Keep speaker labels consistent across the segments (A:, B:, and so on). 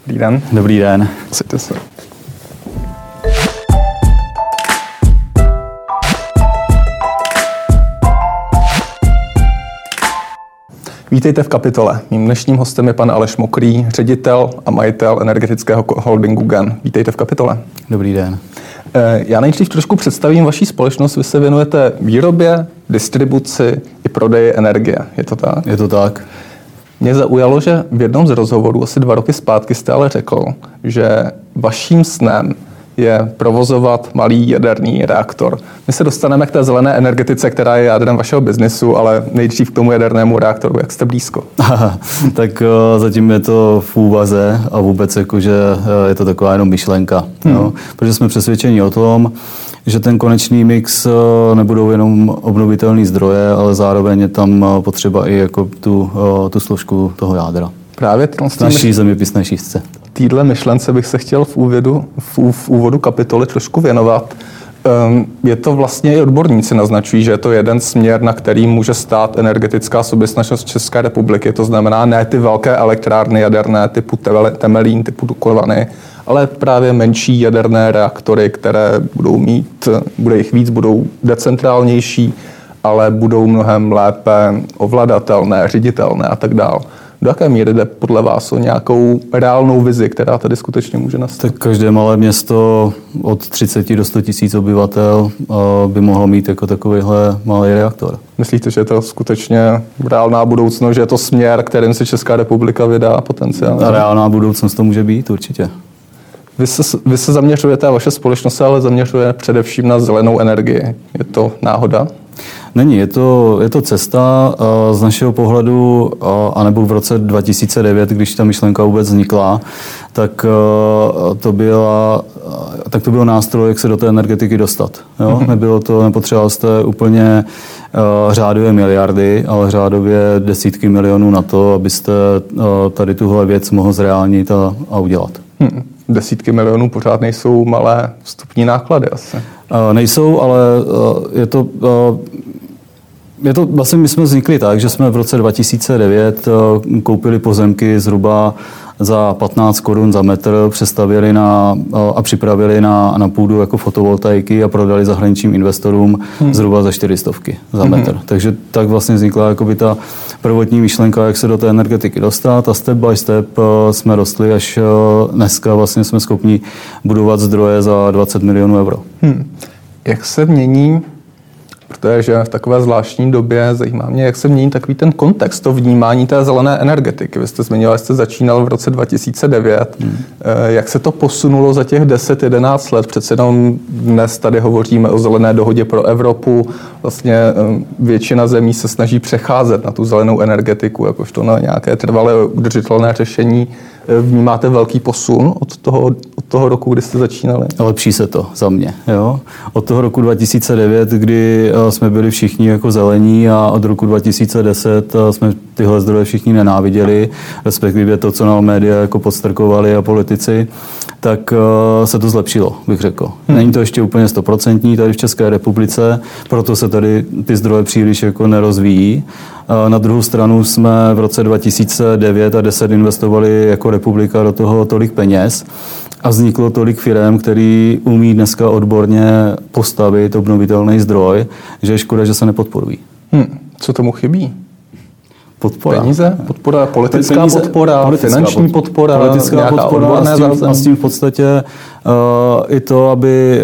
A: Dobrý den.
B: Dobrý den.
A: Posaďte se. Vítejte v Kapitole. Mým dnešním hostem je pan Aleš Mokrý, ředitel a majitel energetického holdingu GEN. Vítejte v Kapitole.
B: Dobrý den.
A: Já nejdřív trošku představím vaší společnost. Vy se věnujete výrobě, distribuci i prodeji energie. Je to tak?
B: Je to tak.
A: Mě zaujalo, že v jednom z rozhovorů asi 2 roky zpátky jste ale řekl, že vaším snem je provozovat malý jaderný reaktor. My se dostaneme k té zelené energetice, která je jádrem vašeho biznisu, ale nejdřív k tomu jadernému reaktoru. Jak jste blízko?
B: Tak zatím je to v úvaze a vůbec jakože je to taková jenom myšlenka. Jo? Protože jsme přesvědčeni o tom, že ten konečný mix nebudou jenom obnovitelné zdroje, ale zároveň je tam potřeba i jako tu složku toho jádra.
A: Právě
B: naší zeměpisné šířce.
A: Týhle myšlence bych se chtěl v úvodu kapitoly trošku věnovat. Je to vlastně i odborníci naznačují, že je to jeden směr, na který může stát energetická soběstačnost České republiky. To znamená ne ty velké elektrárny jaderné typu Temelín, typu Dukovany, ale právě menší jaderné reaktory, které bude jich víc, budou decentrálnější, ale budou mnohem lépe ovladatelné, ředitelné a tak dále. Do jaké míry jde podle vás o nějakou reálnou vizi, která tady skutečně může nastat?
B: Tak každé malé město od 30 do 100 tisíc obyvatel by mohlo mít jako takovýhle malý reaktor. Myslíte,
A: že je to skutečně reálná budoucnost, že je to směr, kterým se Česká republika vydá potenciálně?
B: A reálná budoucnost to může být, určitě.
A: Vy se zaměřujete, a vaše společnost se ale zaměřuje především na zelenou energii. Je to náhoda?
B: Není, je to cesta z našeho pohledu, anebo v roce 2009, když ta myšlenka vůbec vznikla, tak to byl nástroj, jak se do té energetiky dostat. Jo? Nepotřeboval jste úplně řádově miliardy, ale řádově desítky milionů na to, abyste tady tuhle věc mohl zreálnit a udělat.
A: Desítky milionů pořád nejsou malé vstupní náklady asi.
B: Nejsou, ale je to vlastně my jsme vznikli tak, že jsme v roce 2009 koupili pozemky zhruba za 15 korun za metr, přestavěli a připravili na půdu jako fotovoltaiky a prodali zahraničním investorům zhruba za 400 za metr. Takže tak vlastně vznikla jakoby ta prvotní myšlenka, jak se do té energetiky dostat a step by step jsme rostli, až dneska vlastně jsme schopni budovat zdroje za 20 milionů euro.
A: Jak se mění, protože v takové zvláštní době zajímá mě, jak se mění takový ten kontext, to vnímání té zelené energetiky. Vy jste zmiňoval, že jste začínal v roce 2009. Jak se to posunulo za těch 10-11 let? Přece jenom dnes tady hovoříme o zelené dohodě pro Evropu. Vlastně většina zemí se snaží přecházet na tu zelenou energetiku, jakožto na nějaké trvalé udržitelné řešení. Vnímáte velký posun od toho roku, kdy jste začínali?
B: Lepší se to za mě. Jo? Od toho roku 2009, kdy jsme byli všichni jako zelení a od roku 2010 jsme tyhle zdroje všichni nenáviděli, respektive to, co nám média jako podstrkovali a politici, tak se to zlepšilo, bych řekl. Není to ještě úplně 100% tady v České republice, proto se tady ty zdroje příliš jako nerozvíjí. Na druhou stranu jsme v roce 2009 a 10 investovali jako republika do toho tolik peněz a vzniklo tolik firem, který umí dneska odborně postavit obnovitelný zdroj, že je škoda, že se nepodporují.
A: Co tomu chybí?
B: Podpora.
A: Peníze? Podpora, politická podpora, finanční podpora,
B: politická podpora a s tím v podstatě i to, aby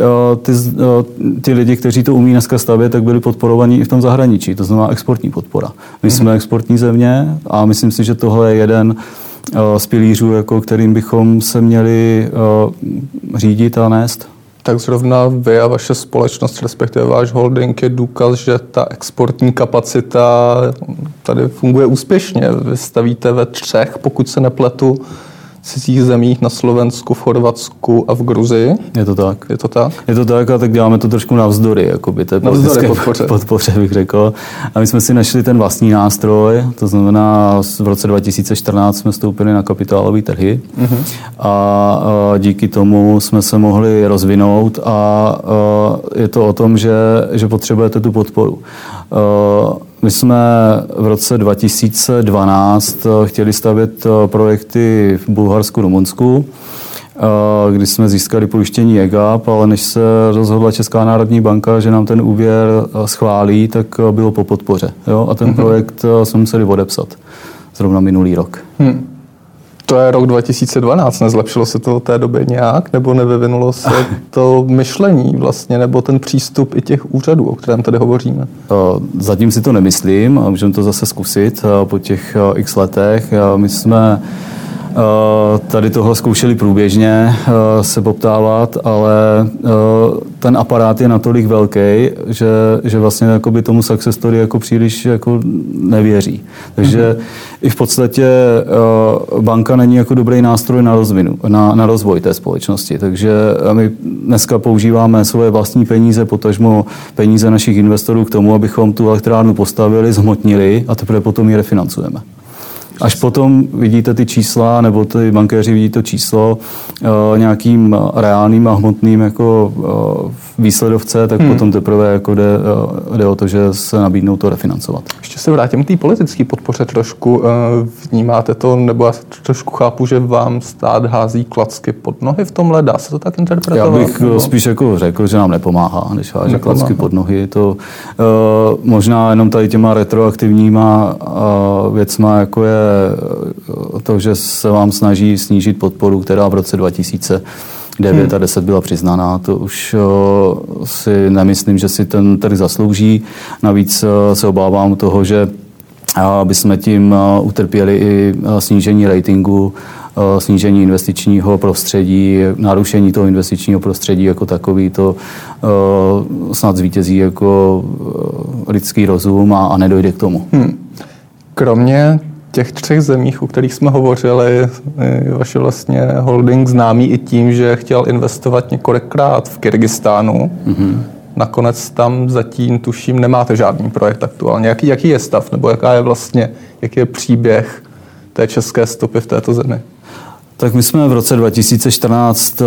B: ty lidi, kteří to umí dneska stavět, tak byli podporovaní i v tom zahraničí. To znamená exportní podpora. My jsme exportní země a myslím si, že tohle je jeden z pilířů, jako kterým bychom se měli řídit a nést.
A: Tak zrovna vy a vaše společnost, respektive váš holding, je důkaz, že ta exportní kapacita tady funguje úspěšně. Vy stavíte ve 3, pokud se nepletu, cizích zemích, na Slovensku, v Chorvatsku a v Gruzii.
B: Je to tak.
A: Je to tak?
B: Je to tak a tak děláme to trošku navzdory, jakoby té politické podpoře, bych řekl. A my jsme si našli ten vlastní nástroj, to znamená v roce 2014 jsme vstoupili na kapitálové trhy a díky tomu jsme se mohli rozvinout a je to o tom, že potřebujete tu podporu. My jsme v roce 2012 chtěli stavět projekty v Bulharsku, Rumunsku, kdy jsme získali pojištění EGAP, ale než se rozhodla Česká národní banka, že nám ten úvěr schválí, tak bylo po podpoře. Jo? A ten projekt jsme museli odepsat zrovna minulý rok.
A: To je rok 2012. Nezlepšilo se to od té doby nějak? Nebo nevyvinulo se to myšlení vlastně, nebo ten přístup i těch úřadů, o kterém tady hovoříme?
B: Zatím si to nemyslím a můžeme to zase zkusit po těch x letech. My jsme tady tohle zkoušeli průběžně se poptávat, ale ten aparát je natolik velký, že vlastně tomu success story jako příliš jako nevěří. Takže i v podstatě banka není jako dobrý nástroj na rozvoj té společnosti. Takže my dneska používáme svoje vlastní peníze, potažmo peníze našich investorů k tomu, abychom tu elektrárnu postavili, zhmotnili a teprve potom ji refinancujeme. Až potom vidíte ty čísla, nebo ty bankéři vidí to číslo nějakým reálným a hmotným jako výsledovce, tak potom teprve jako jde o to, že se nabídnou to refinancovat.
A: Ještě se vrátím k té politické podpoře trošku. Vnímáte to, nebo já trošku chápu, že vám stát hází klacky pod nohy v tomhle? Dá se to tak interpretovat?
B: Já bych spíš jako řekl, že nám nepomáhá, když háže klacky pod nohy. To možná jenom tady těma retroaktivníma věcma, jako je to, že se vám snaží snížit podporu, která v roce 2009 a 10 byla přiznaná. To už si nemyslím, že si ten trh zaslouží. Navíc se obávám toho, že bychom tím utrpěli i snížení ratingu, snížení investičního prostředí, narušení toho investičního prostředí jako takový, to snad zvítězí jako lidský rozum a nedojde k tomu.
A: Kromě těch 3 zemích, o kterých jsme hovořili, vaše vlastně holding známý i tím, že chtěl investovat několikrát v Kyrgyzstánu. Nakonec tam zatím, tuším, nemáte žádný projekt aktuálně. Jaký je stav, nebo jaký je příběh té české stopy v této zemi?
B: Tak my jsme v roce 2014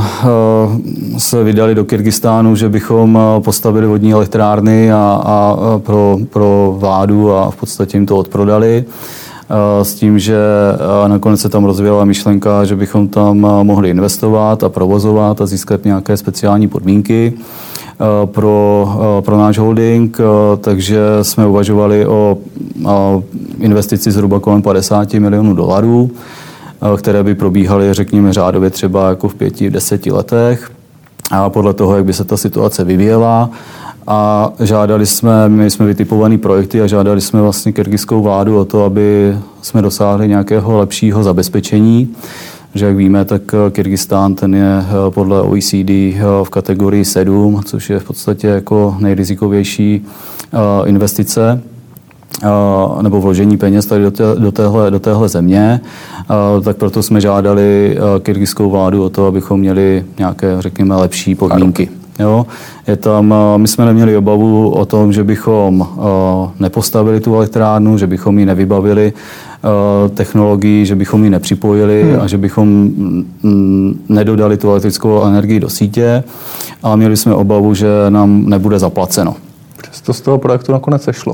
B: se vydali do Kyrgyzstánu, že bychom postavili vodní elektrárny a pro vládu a v podstatě jim to odprodali. S tím, že nakonec se tam rozvíjela myšlenka, že bychom tam mohli investovat a provozovat a získat nějaké speciální podmínky pro náš holding, takže jsme uvažovali o investici zhruba kolem $50 milionů, které by probíhaly, řekněme, řádově třeba jako v 5-10 letech a podle toho, jak by se ta situace vyvíjela. A my jsme vytipovaný projekty a žádali jsme vlastně kyrgyzskou vládu o to, aby jsme dosáhli nějakého lepšího zabezpečení. Že jak víme, tak Kyrgyzstán ten je podle OECD v kategorii 7, což je v podstatě jako nejrizikovější investice nebo vložení peněz tady do téhle země, tak proto jsme žádali kyrgyzskou vládu o to, abychom měli nějaké, řekněme, lepší podmínky. Jo? My jsme neměli obavu o tom, že bychom nepostavili tu elektrárnu, že bychom ji nevybavili technologií, že bychom ji nepřipojili a že bychom nedodali tu elektrickou energii do sítě, ale měli jsme obavu, že nám nebude zaplaceno.
A: Přesto z toho projektu nakonec sešlo.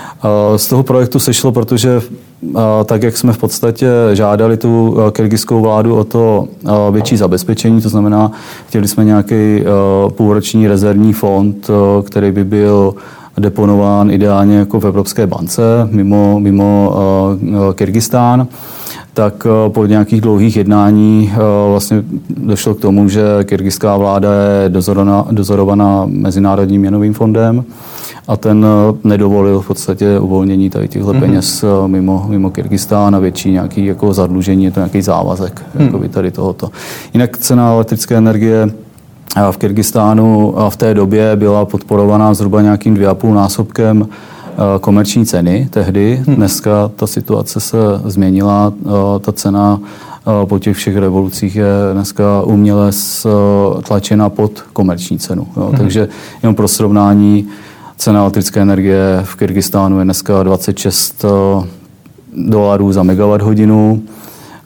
B: Z toho projektu sešlo, protože tak, jak jsme v podstatě žádali tu kyrgyzskou vládu o to větší zabezpečení, to znamená, chtěli jsme nějaký půlroční rezervní fond, který by byl deponován ideálně jako v Evropské bance, mimo Kyrgyzstán, tak po nějakých dlouhých jednání vlastně došlo k tomu, že kyrgyzská vláda je dozorovaná Mezinárodním měnovým fondem a ten nedovolil v podstatě uvolnění tady těchto peněz mimo Kyrgyzstán a větší nějaký jako zadlužení, je to nějaký závazek jakoby tady tohoto. Jinak cena elektrické energie v Kyrgyzstánu v té době byla podporovaná zhruba nějakým 2,5násobkem komerční ceny tehdy. Dneska ta situace se změnila, ta cena po těch všech revolucích je dneska uměle tlačena pod komerční cenu. Jo. Takže jenom pro srovnání, cena elektrické energie v Kyrgyzstánu je dneska $26 za megawatt hodinu.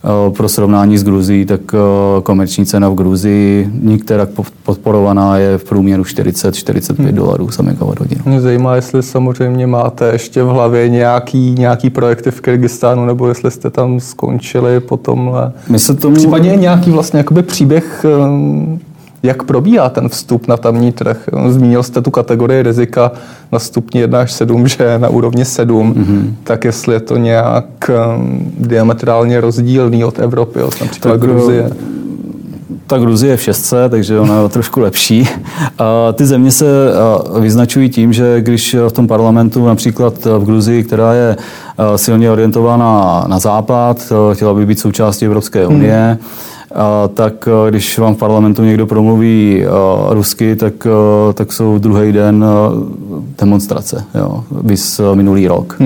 B: Pro srovnání s Gruzií, tak komerční cena v Gruzii, nikterak podporovaná, je v průměru $40-45 za megawatt hodinu.
A: Mě zajímá, jestli samozřejmě máte ještě v hlavě nějaký projekty v Kyrgyzstánu, nebo jestli jste tam skončili po tomhle. Případně je nějaký vlastně jakoby příběh, jak probíhá ten vstup na tamní trh. Zmínil jste tu kategorii rizika na stupni 1 až 7, že je na úrovni 7. Tak jestli je to nějak diametrálně rozdílný od Evropy, od například Gruzie.
B: Ta Gruzie je v 6, takže ona je trošku lepší. Ty země se vyznačují tím, že když v tom parlamentu, například v Gruzii, která je silně orientována na západ, chtěla by být součástí Evropské unie, tak když vám v parlamentu někdo promluví rusky, tak jsou druhý den demonstrace. Jo, vys minulý rok.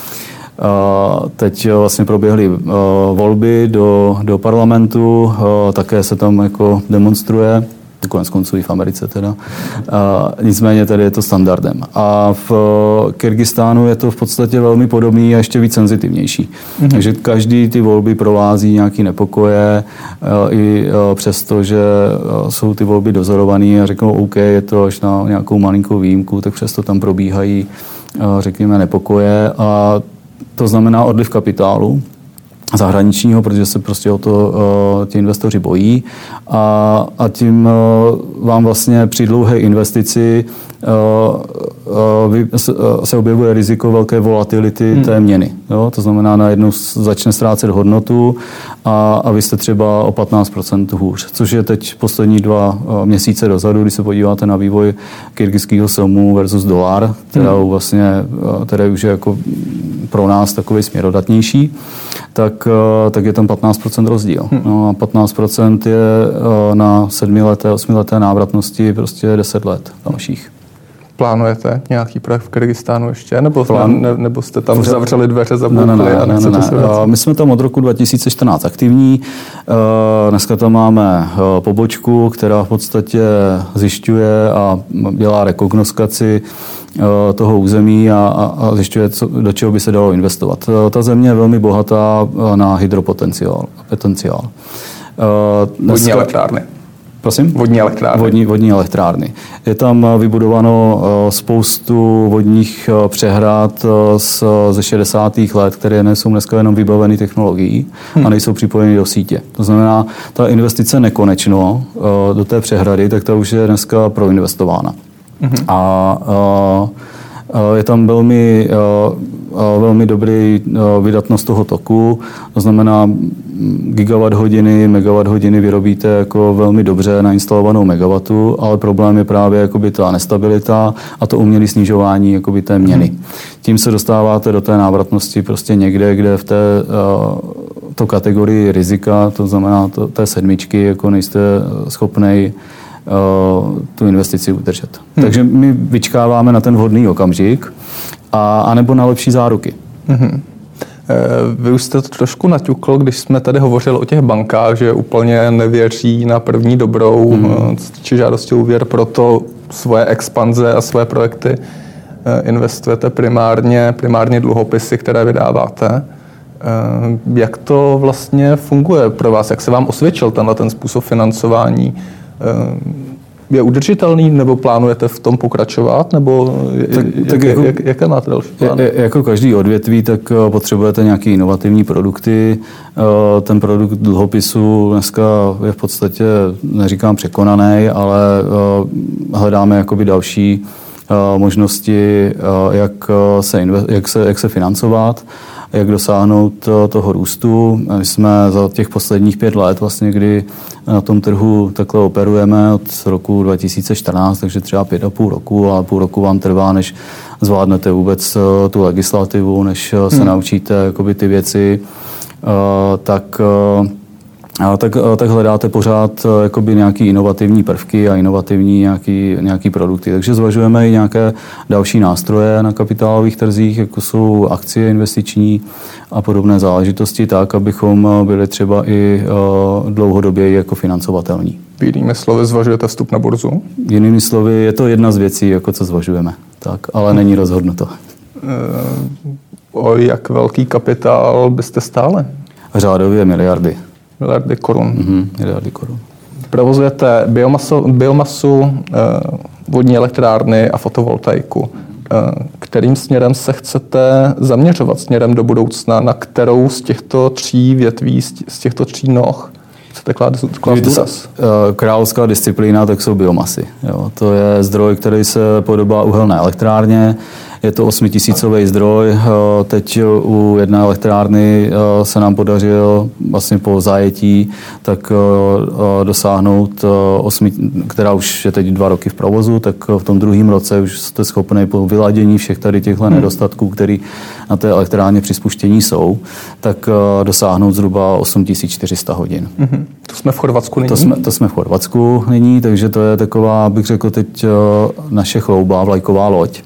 B: Teď vlastně proběhly volby do parlamentu, také se tam jako demonstruje, konec konců i v Americe teda. Nicméně tady je to standardem. A v Kyrgyzstánu je to v podstatě velmi podobný a ještě víc senzitivnější. Takže každý ty volby provází nějaký nepokoje, i přesto, že jsou ty volby dozorované a řeknou OK, je to až na nějakou malinkou výjimku, tak přesto tam probíhají, řekněme, nepokoje. A to znamená odliv kapitálu zahraničního, protože se prostě o to ti investoři bojí a tím vám vlastně při dlouhé investici se objevuje riziko velké volatility té měny. Jo? To znamená, najednou začne ztrácet hodnotu a vy jste třeba o 15% hůř, což je teď poslední 2 měsíce dozadu, když se podíváte na vývoj kyrgyzského somu versus dolar, který už je jako pro nás takový směrodatnější, tak je tam 15% rozdíl. No a 15% je na 8leté návratnosti prostě 10 let dalších.
A: Plánujete nějaký projekt v Kyrgyzstánu ještě? Nebo jste tam zavřeli dveře, zaboukli a nechcete se vracet?
B: My jsme tam od roku 2014 aktivní. Dneska tam máme pobočku, která v podstatě zjišťuje a dělá rekognoskaci toho území a zjišťuje, do čeho by se dalo investovat. Ta země je velmi bohatá na hydropotenciál.
A: Vodní elektrárny.
B: Prosím?
A: Vodní elektrárny.
B: Vodní elektrárny. Je tam vybudováno spoustu vodních přehrad ze 60. let, které jsou dneska jenom vybaveny technologií a nejsou připojeny do sítě. To znamená, ta investice nekonečno do té přehrady, tak ta už je dneska proinvestována. Je tam velmi dobrý vydatnost toho toku, to znamená gigawatt hodiny, megawatt hodiny vyrobíte jako velmi dobře nainstalovanou megawattu, ale problém je právě jakoby ta nestabilita a to umělé snižování jakoby té měny. Tím se dostáváte do té návratnosti prostě někde, kde v té kategorii rizika, to znamená té 7, jako nejste schopnej tu investici udržet. Takže my vyčkáváme na ten vhodný okamžik a nebo na lepší záruky.
A: Vy už jste to trošku naťukl, když jsme tady hovořili o těch bankách, že úplně nevěří na první dobrou, co se týče žádosti o úvěr, proto svoje expanze a svoje projekty investujete primárně dluhopisy, které vydáváte. Jak to vlastně funguje pro vás? Jak se vám osvědčil ten způsob financování? Je udržitelný, nebo plánujete v tom pokračovat, nebo jaké máte další plány?
B: Jako každý odvětví, tak potřebujete nějaké inovativní produkty. Ten produkt dluhopisu dneska je v podstatě, neříkám překonaný, ale hledáme jakoby další možnosti, jak se financovat, jak dosáhnout toho růstu. My jsme za těch posledních 5 let, vlastně, kdy na tom trhu takhle operujeme od roku 2014, takže třeba 5,5 roku, a půl roku vám trvá, než zvládnete vůbec tu legislativu, než se naučíte jakoby ty věci, tak hledáte pořád jakoby nějaký inovativní prvky a inovativní nějaký produkty. Takže zvažujeme i nějaké další nástroje na kapitálových trzích, jako jsou akcie investiční a podobné záležitosti, tak, abychom byli třeba i dlouhodobě jako financovatelní.
A: Jinými slovy, zvažujete vstup na burzu?
B: Jinými slovy, je to jedna z věcí, jako co zvažujeme, tak, ale není rozhodnuto.
A: O jak velký kapitál byste stále?
B: řádově miliardy.
A: Miliardy korun.
B: Miliardy korun.
A: Provozujete biomasu, vodní elektrárny a fotovoltaiku. Kterým směrem se chcete zaměřovat směrem do budoucna? Na kterou z těchto tří větví, z těchto tří noh chcete klást důraz?
B: Královská disciplína, tak jsou biomasy. Jo. To je zdroj, který se podobá uhelné elektrárně. Je to 8000 zdroj. Teď u jedné elektrárny se nám podařilo vlastně po zajetí tak dosáhnout která už je teď 2 roky v provozu, tak v tom druhém roce už jste schopni po vyladění všech tady těchto nedostatků, které na té elektrárně při spuštění jsou, tak dosáhnout zhruba 8400 hodin.
A: To jsme v Chorvatsku nyní?
B: To jsme v Chorvatsku nyní, takže to je taková, bych řekl teď, naše chlouba, vlajková loď.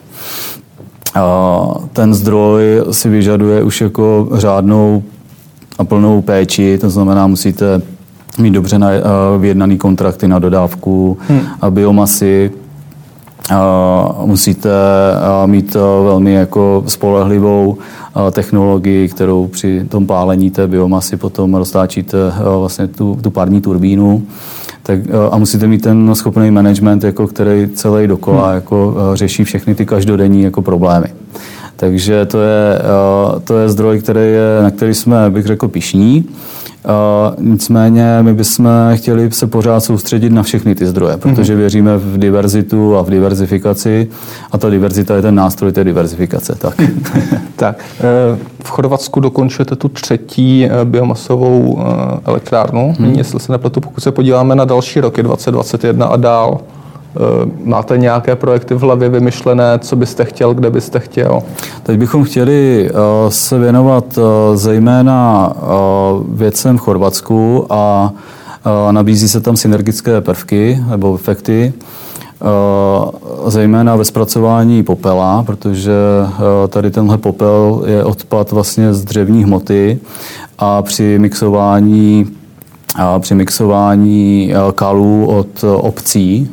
B: Ten zdroj si vyžaduje už jako řádnou a plnou péči, to znamená, musíte mít dobře vyjednaný kontrakty na dodávku a biomasy. Musíte mít velmi jako spolehlivou technologii, kterou při tom pálení té biomasy potom roztáčíte vlastně tu parní turbínu. Tak, a musíte mít ten schopný management, jako, který celý dokola jako, řeší všechny ty každodenní jako, problémy. Takže to je zdroj, na který jsme, bych řekl, pyšní. Nicméně my bychom chtěli se pořád soustředit na všechny ty zdroje, protože věříme v diverzitu a v diverzifikaci a ta diverzita je ten nástroj té diverzifikace. Tak.
A: Tak, v Chorvatsku dokončujete tu 3. biomasovou elektrárnu. Nyní, jestli se nepletu, pokud se podíváme na další roky 2021 a dál, máte nějaké projekty v hlavě vymyšlené, co byste chtěl, kde byste chtěl?
B: Teď bychom chtěli se věnovat zejména věcem v Chorvatsku a nabízí se tam synergické prvky nebo efekty, zejména ve zpracování popela, protože tady tenhle popel je odpad vlastně z dřevní hmoty a při mixování kalů od obcí,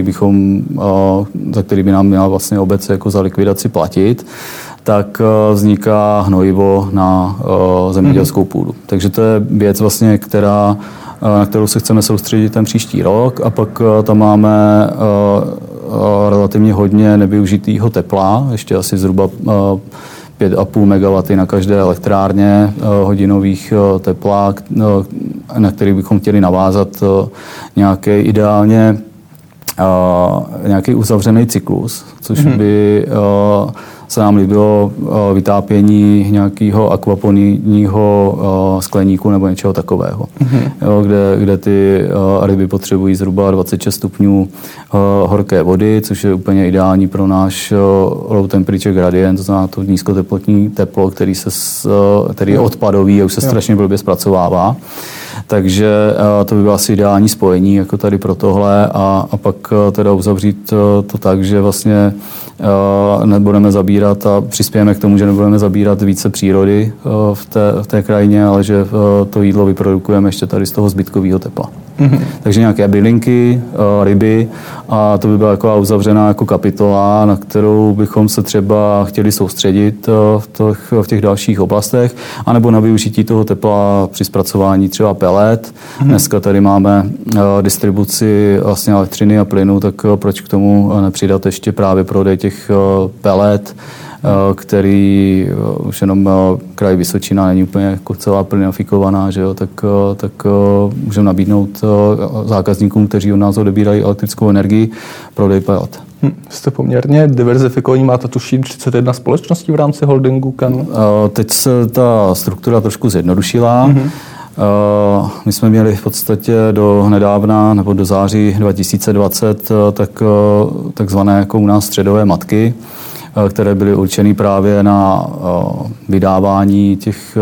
B: za který by nám měla vlastně obec jako za likvidaci platit, tak vzniká hnojivo na zemědělskou půdu. Takže to je věc vlastně, na kterou se chceme soustředit ten příští rok a pak tam máme relativně hodně nevyužitého tepla, ještě asi zhruba 5,5 MW na každé elektrárně hodinových tepla, na který bychom chtěli navázat nějaký uzavřený cyklus, což by se nám líbilo vytápění nějakého akvaponijního skleníku nebo něčeho takového, kde ty ryby potřebují zhruba 26 stupňů horké vody, což je úplně ideální pro náš low temperature gradient, to znamená to nízkoteplotní teplo, který je odpadový a už se strašně blbě zpracovává. Takže to by bylo asi ideální spojení jako tady pro tohle a pak teda uzavřít to tak, že vlastně nebudeme zabírat a přispějeme k tomu, že nebudeme zabírat více přírody v té krajině, ale že to jídlo vyprodukujeme ještě tady z toho zbytkového tepla. Takže nějaké bylinky, ryby a to by byla jako uzavřená jako kapitola, na kterou bychom se třeba chtěli soustředit v těch dalších oblastech, anebo na využití toho tepla při zpracování třeba pelet. Dneska tady máme distribuci vlastně elektřiny a plynu, tak proč k tomu nepřidat ještě právě prodej těch pelet, který už jenom kraj Vysočina není úplně jako celá plinifikovaná, že jo, tak můžeme nabídnout zákazníkům, kteří od nás odebírají elektrickou energii, prodej pelet.
A: Jste poměrně diverzifikovaní, máte tuším 31 společností v rámci holdingu KAN?
B: Teď se ta struktura trošku zjednodušila. My jsme měli v podstatě do nedávna, nebo do září 2020, takzvané jako u nás středové matky, které byly určeny právě na vydávání těch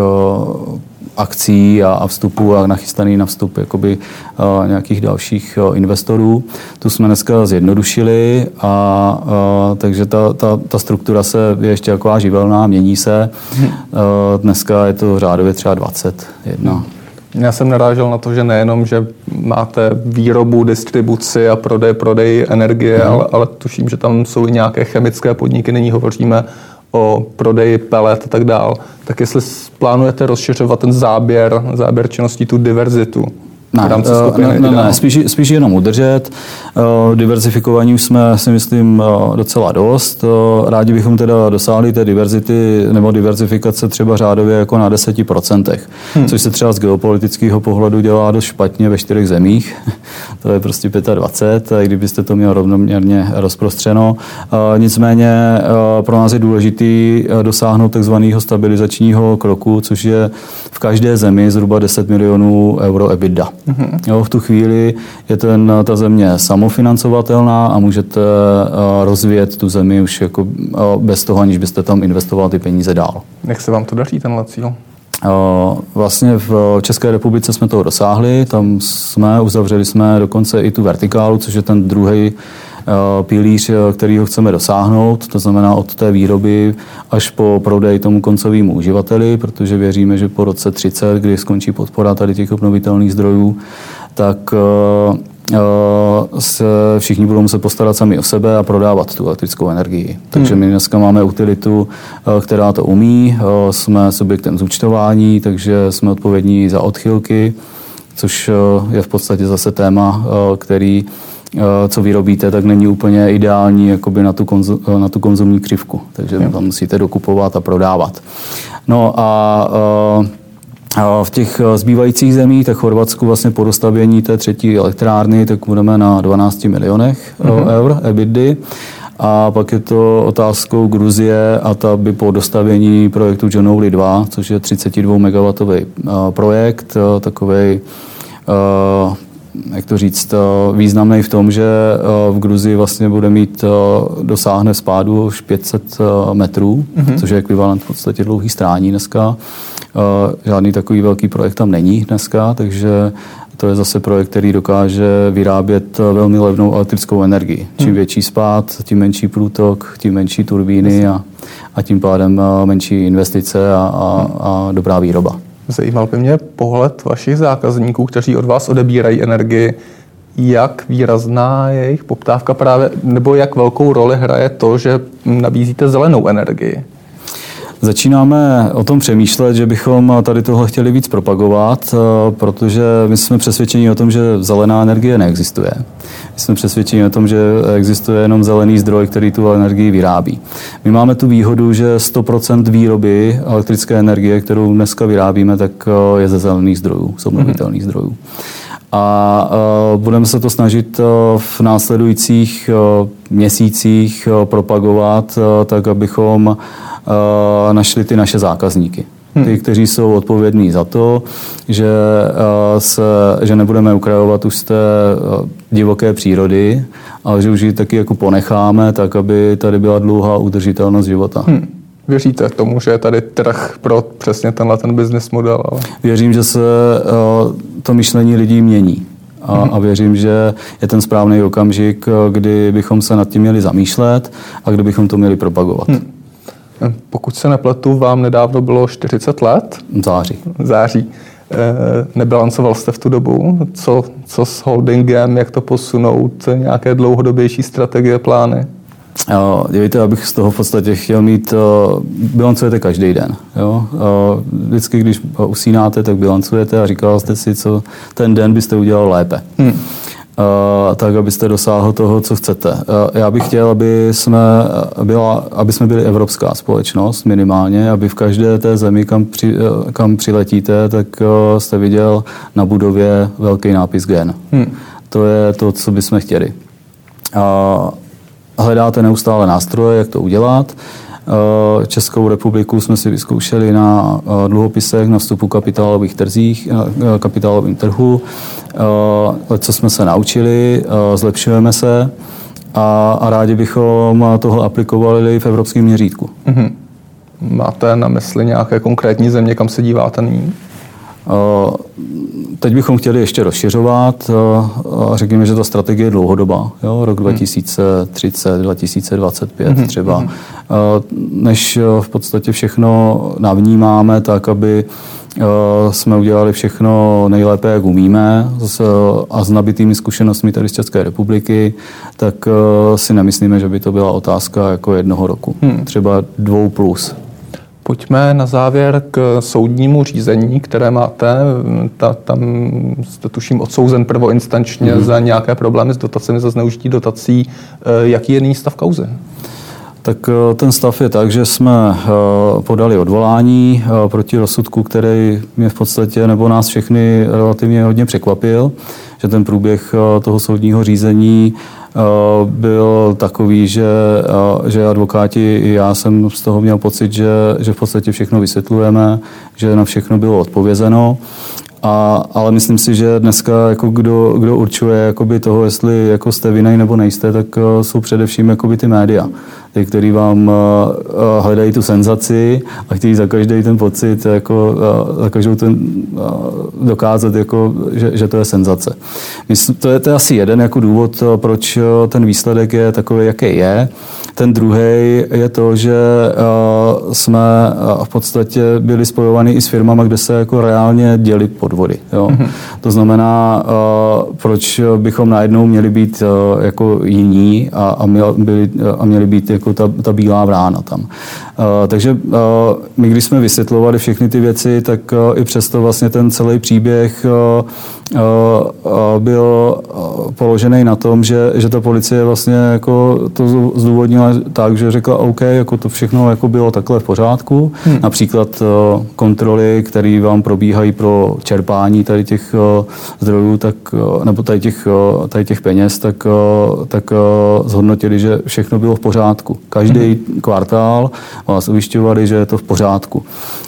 B: akcí a vstupů a nachystaný na vstup jakoby nějakých dalších investorů. Tu jsme dneska zjednodušili takže ta struktura je ještě taková živelná, mění se. Dneska je to řádově třeba 21.
A: Já jsem narážel na to, že nejenom, že máte výrobu, distribuci a prodej energie, ale tuším, že tam jsou i nějaké chemické podniky. Nyní hovoříme o prodeji pelet a tak dál. Tak jestli plánujete rozšiřovat ten záběr činností, tu diverzitu?
B: Ne, spíš jenom udržet. Diverzifikování už jsme, si myslím, docela dost. Rádi bychom teda dosáhli té diverzity nebo diverzifikace třeba řádově jako na 10%, což se třeba z geopolitického pohledu dělá dost špatně ve 4 zemích. To je prostě 25, i kdybyste to měl rovnoměrně rozprostřeno. Nicméně pro nás je důležitý dosáhnout takzvaného stabilizačního kroku, což je v každé zemi zhruba 10 milionů euro EBITDA. Jo, v tu chvíli je ta země samofinancovatelná a můžete rozvíjet tu zemi už jako bez toho, aniž byste tam investoval ty peníze dál.
A: Jak se vám to daří, tenhle cíl?
B: Vlastně v České republice jsme toho dosáhli, tam uzavřeli jsme dokonce i tu vertikálu, což je ten druhý pilíř, kterýho chceme dosáhnout, to znamená od té výroby až po prodej tomu koncovému uživateli, protože věříme, že po roce 30, kdy skončí podpora tady těch obnovitelných zdrojů, tak se všichni budou muset postarat sami o sebe a prodávat tu elektrickou energii. Takže my dneska máme utilitu, která to umí, jsme subjektem zúčtování, takže jsme odpovědní za odchylky, což je v podstatě zase téma, který co vyrobíte, tak není úplně ideální jakoby na tu konzumní křivku. Takže tam musíte dokupovat a prodávat. No a v těch zbývajících zemích, tak Chorvatsku vlastně po dostavění té 3. elektrárny, tak budeme na 12 milionech eur EBITDA. A pak je to otázkou Gruzie a ta by po dostavění projektu Jonouli 2, což je 32 MW projekt, takovej jak to říct, významný v tom, že v Gruzii vlastně bude mít, dosáhne spádu už 500 metrů, což je ekvivalent v podstatě dlouhý strání dneska. Žádný takový velký projekt tam není dneska, takže to je zase projekt, který dokáže vyrábět velmi levnou elektrickou energii. Čím větší spád, tím menší průtok, tím menší turbíny a tím pádem menší investice a dobrá výroba.
A: Zajímal by mě pohled vašich zákazníků, kteří od vás odebírají energii. Jak výrazná je jejich poptávka právě, nebo jak velkou roli hraje to, že nabízíte zelenou energii?
B: Začínáme o tom přemýšlet, že bychom tady tohle chtěli víc propagovat, protože my jsme přesvědčeni o tom, že zelená energie neexistuje. My jsme přesvědčeni o tom, že existuje jenom zelený zdroj, který tu energii vyrábí. My máme tu výhodu, že 100% výroby elektrické energie, kterou dneska vyrábíme, tak je ze zelených zdrojů, z obnovitelných zdrojů. A budeme se to snažit v následujících měsících propagovat tak, abychom našli ty naše zákazníky. Ty, kteří jsou odpovědní za to, že nebudeme ukrajovat už z té divoké přírody, ale že už ji taky jako ponecháme, tak aby tady byla dlouhá udržitelnost života.
A: Věříte tomu, že je tady trh pro přesně ten business model? Ale...
B: Věřím, že se to myšlení lidí mění. A věřím, že je ten správný okamžik, kdy bychom se nad tím měli zamýšlet a kdy bychom to měli propagovat.
A: Pokud se nepletu, vám nedávno bylo 40 let? Září. Nebilancoval jste v tu dobu? Co s holdingem, jak to posunout, nějaké dlouhodobější strategie, plány?
B: Dívejte, abych z toho v podstatě chtěl mít, bilancujete každý den. Jo? Vždycky, když usínáte, tak bilancujete a říkal jste si, co ten den byste udělal lépe. Tak, abyste dosáhl toho, co chcete. Já bych chtěl, aby jsme byli evropská společnost minimálně, aby v každé té zemi, kam přiletíte, tak jste viděl na budově velký nápis GEN. To je to, co bychom chtěli. Hledáte neustále nástroje, jak to udělat. Českou republiku jsme si vyzkoušeli na dluhopisech, na vstupu kapitálovým trhu. Co jsme se naučili, zlepšujeme se a rádi bychom tohle aplikovali v evropském měřítku.
A: Máte na mysli nějaké konkrétní země, kam se díváte nyní?
B: Teď bychom chtěli ještě rozšiřovat. Řekněme, že ta strategie je dlouhodobá. Jo? Rok 2030, 2025 třeba. Než v podstatě všechno navnímáme tak, aby jsme udělali všechno nejlépe, jak umíme a s nabitými zkušenostmi tady z České republiky, tak si nemyslíme, že by to byla otázka jako 1 roku. Třeba 2+.
A: Pojďme na závěr k soudnímu řízení, které máte. Tam jste tuším odsouzen prvoinstančně za nějaké problémy s dotacemi, za zneužití dotací. Jaký je nyní stav kauzy?
B: Tak ten stav je tak, že jsme podali odvolání proti rozsudku, který mě v podstatě nebo nás všechny relativně hodně překvapil, že ten průběh toho soudního řízení byl takový, že advokáti i já jsem z toho měl pocit, že v podstatě všechno vysvětlujeme, že na všechno bylo odpovězeno. Ale myslím si, že dneska jako kdo určuje jakoby toho, jestli jako jste vinnej nebo nejste, tak jsou především jakoby ty média, ty, který vám hledají tu senzaci a chtějí za každý ten pocit jako, za každou ten dokázat, jako, že to je senzace. Myslím, to je asi jeden jako důvod, proč ten výsledek je takový, jaký je. Ten druhý je to, že jsme v podstatě byli spojovaní i s firmami, kde se jako reálně děly podvody. Jo. To znamená, proč bychom najednou měli být jako jiní a měli být jako ta bílá vrána tam. Takže my, když jsme vysvětlovali všechny ty věci, tak i přesto vlastně ten celý příběh byl položený na tom, že ta policie vlastně jako to zdůvodnila tak, že řekla OK, jako to všechno jako bylo takhle v pořádku. Například kontroly, které vám probíhají pro čerpání tady těch zdrojů, tak, nebo tady těch peněz, tak zhodnotili, že všechno bylo v pořádku. Každý kvartál vás ujišťovali, že je to v pořádku.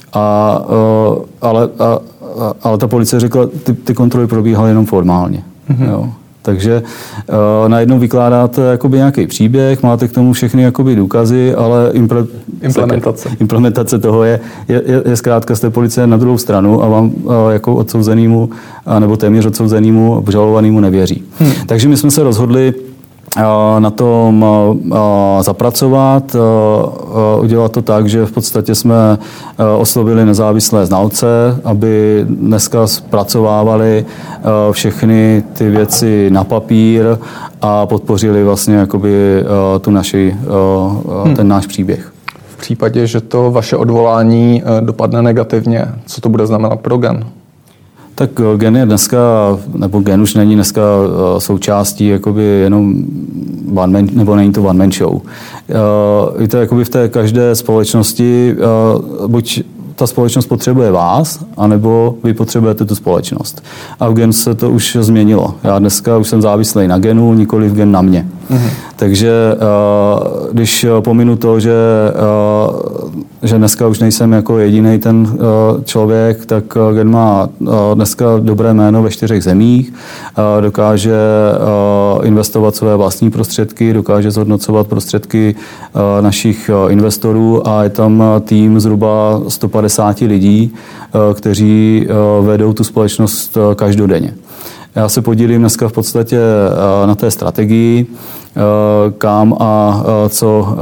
B: Ale ta policie řekla, ty kontroly probíhaly jenom formálně. Jo. Takže najednou vykládáte jakoby nějaký příběh, máte k tomu všechny jakoby důkazy, ale implementace toho je zkrátka z té policie na druhou stranu a vám jako odsouzenému nebo téměř odsouzenému obžalovanému nevěří. Takže my jsme se rozhodli na tom zapracovat, udělat to tak, že v podstatě jsme oslovili nezávislé znalce, aby dneska zpracovávali všechny ty věci na papír a podpořili vlastně jakoby ten náš příběh.
A: V případě, že to vaše odvolání dopadne negativně, co to bude znamenat pro GEN?
B: Tak GEN je dneska, nebo GEN už není dneska součástí jakoby jenom one man, nebo není to one man show. Víte, jakoby v té každé společnosti buď ta společnost potřebuje vás, anebo vy potřebujete tu společnost. A v GEN se to už změnilo. Já dneska už jsem závislý na GENu, nikoliv GEN na mě. Takže když pominu to, že dneska už nejsem jako jediný ten člověk, tak GEN má dneska dobré jméno ve 4 zemích, dokáže investovat své vlastní prostředky, dokáže zhodnocovat prostředky našich investorů a je tam tým zhruba 150 lidí, kteří vedou tu společnost každodenně. Já se podílím dneska v podstatě na té strategii, kam a co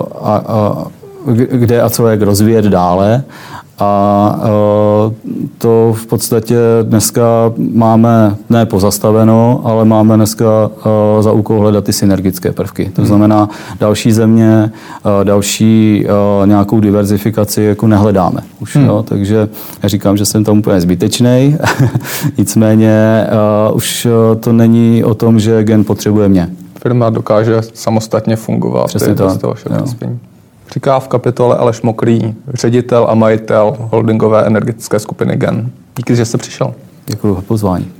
B: kde a co jak rozvíjet dále. A to v podstatě dneska máme ne pozastaveno, ale máme dneska za úkol hledat ty synergické prvky. To znamená další země, další nějakou diverzifikaci jako nehledáme už. Jo? Takže já říkám, že jsem tam úplně zbytečnej. Nicméně už to není o tom, že GEN potřebuje mě.
A: Firma dokáže samostatně fungovat.
B: Přesně tak.
A: Říká v kapitole Aleš Mokrý, ředitel a majitel holdingové energetické skupiny GEN. Díky, že jste přišel.
B: Děkuji za pozvání.